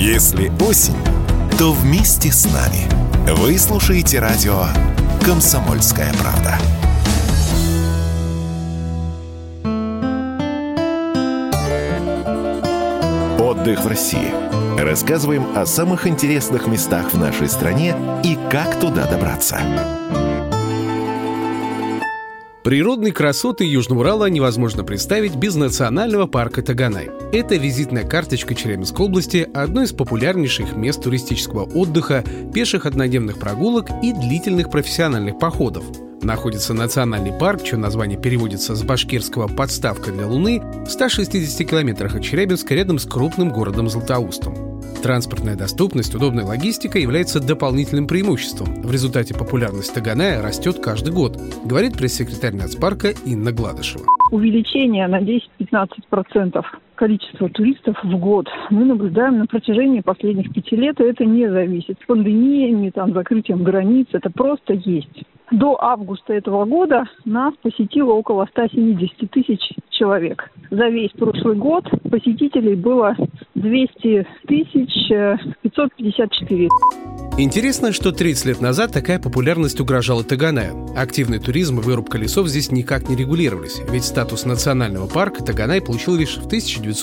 Если осень, то вместе с нами. Вы слушаете радио «Комсомольская правда». Отдых в России. Рассказываем о самых интересных местах в нашей стране и как туда добраться. Природные красоты Южного Урала невозможно представить без национального парка Таганай. Это визитная карточка Челябинской области, одно из популярнейших мест туристического отдыха, пеших однодневных прогулок и длительных профессиональных походов. Находится национальный парк, чье название переводится с башкирского «подставка для Луны», в 160 километрах от Челябинска, рядом с крупным городом Златоустом. Транспортная доступность, удобная логистика является дополнительным преимуществом. В результате популярность Таганая растет каждый год, говорит пресс-секретарь нацпарка Инна Гладышева. Увеличение на 10-15% количества туристов в год мы наблюдаем на протяжении последних 5 лет, и это не зависит от пандемии, закрытием границ, это просто есть. До августа этого года нас посетило около 170 тысяч человек. За весь прошлый год посетителей было 200 554. Интересно, что 30 лет назад такая популярность угрожала Таганаю. Активный туризм и вырубка лесов здесь никак не регулировались, ведь статус национального парка Таганай получил лишь в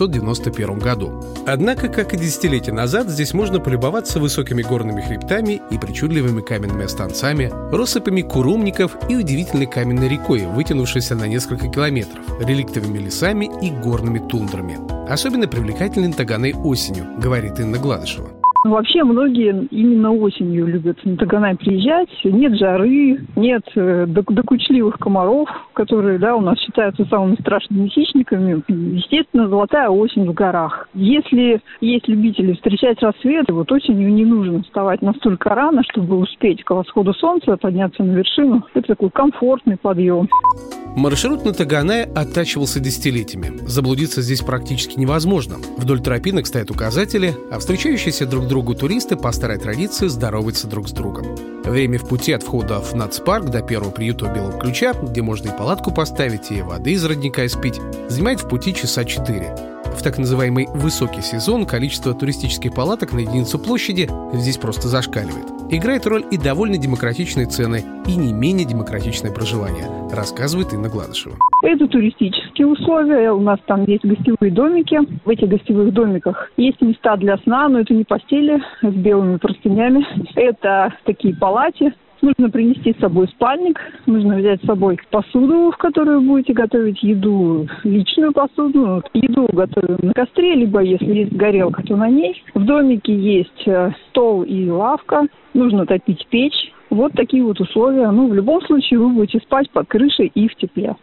1991 году. Однако, как и десятилетия назад, здесь можно полюбоваться высокими горными хребтами и причудливыми каменными останцами, россыпями курумников и удивительной каменной рекой, вытянувшейся на несколько километров, реликтовыми лесами и горными тундрами. Особенно привлекателен Таганай осенью, говорит Инна Гладышева. Вообще многие именно осенью любят на Таганай приезжать. Нет жары, нет докучливых комаров, которые, у нас считаются самыми страшными хищниками. Естественно, золотая осень в горах. Если есть любители встречать рассвет, осенью не нужно вставать настолько рано, чтобы успеть к восходу солнца подняться на вершину. Это такой комфортный подъем. Маршрут на Таганае оттачивался десятилетиями. Заблудиться здесь практически невозможно. Вдоль тропинок стоят указатели, а встречающиеся друг другу туристы по старой традиции здороваются друг с другом. Время в пути от входа в нацпарк до первого приюта у Белого Ключа, где можно и палатку поставить, и воды из родника испить, занимает в пути часа 4. В так называемый высокий сезон количество туристических палаток на единицу площади здесь просто зашкаливает. Играет роль и довольно демократичные цены, и не менее демократичное проживание, рассказывает Инна Гладышева. Это туристические условия. У нас там есть гостевые домики. В этих гостевых домиках есть места для сна, но это не постели с белыми простынями. Это такие палати. Нужно принести с собой спальник, нужно взять с собой посуду, в которую будете готовить еду, личную посуду. Еду готовим на костре, либо если есть горелка, то на ней. В домике есть стол и лавка, нужно топить печь. Вот такие условия. В любом случае вы будете спать под крышей и в тепле.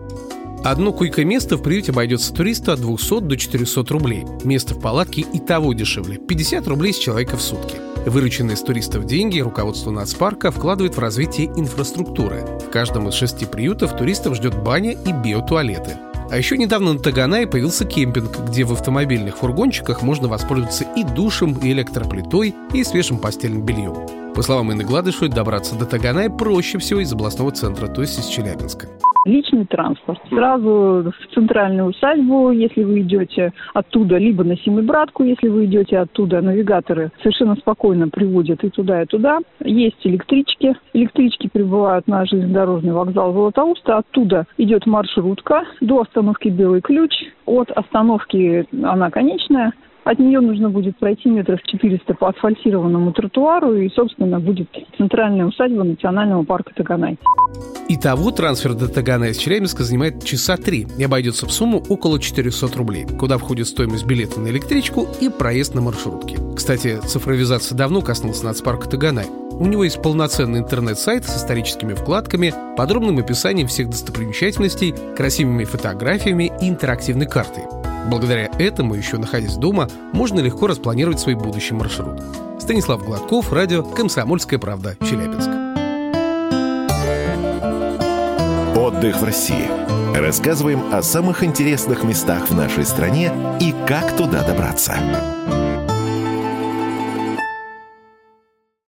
Одно койко-место в приюте обойдется туристу от 200 до 400 рублей. Место в палатке и того дешевле – 50 рублей с человека в сутки. Вырученные с туристов деньги руководство нацпарка вкладывает в развитие инфраструктуры. В каждом из 6 приютов туристов ждет баня и биотуалеты. А еще недавно на Таганае появился кемпинг, где в автомобильных фургончиках можно воспользоваться и душем, и электроплитой, и свежим постельным бельем. По словам Инны Гладышевой, добраться до Таганая проще всего из областного центра, то есть из Челябинска. Личный транспорт. Сразу в центральную усадьбу, если вы идете оттуда, либо на Семибратку, если вы идете оттуда, навигаторы совершенно спокойно приводят и туда, и туда. Есть электрички. Электрички прибывают на железнодорожный вокзал Златоуста. Оттуда идет маршрутка до остановки Белый Ключ. От остановки она конечная. От нее нужно будет пройти метров 400 по асфальтированному тротуару, и, собственно, будет центральная усадьба национального парка Таганай. Итого трансфер до Таганая из Челябинска занимает часа 3 и обойдется в сумму около 400 рублей, куда входит стоимость билета на электричку и проезд на маршрутке. Кстати, цифровизация давно коснулась нацпарка Таганай. У него есть полноценный интернет-сайт с историческими вкладками, подробным описанием всех достопримечательностей, красивыми фотографиями и интерактивной картой. Благодаря этому, еще находясь дома, можно легко распланировать свой будущий маршрут. Станислав Гладков, радио «Комсомольская правда», Челябинск. Отдых в России. Рассказываем о самых интересных местах в нашей стране и как туда добраться.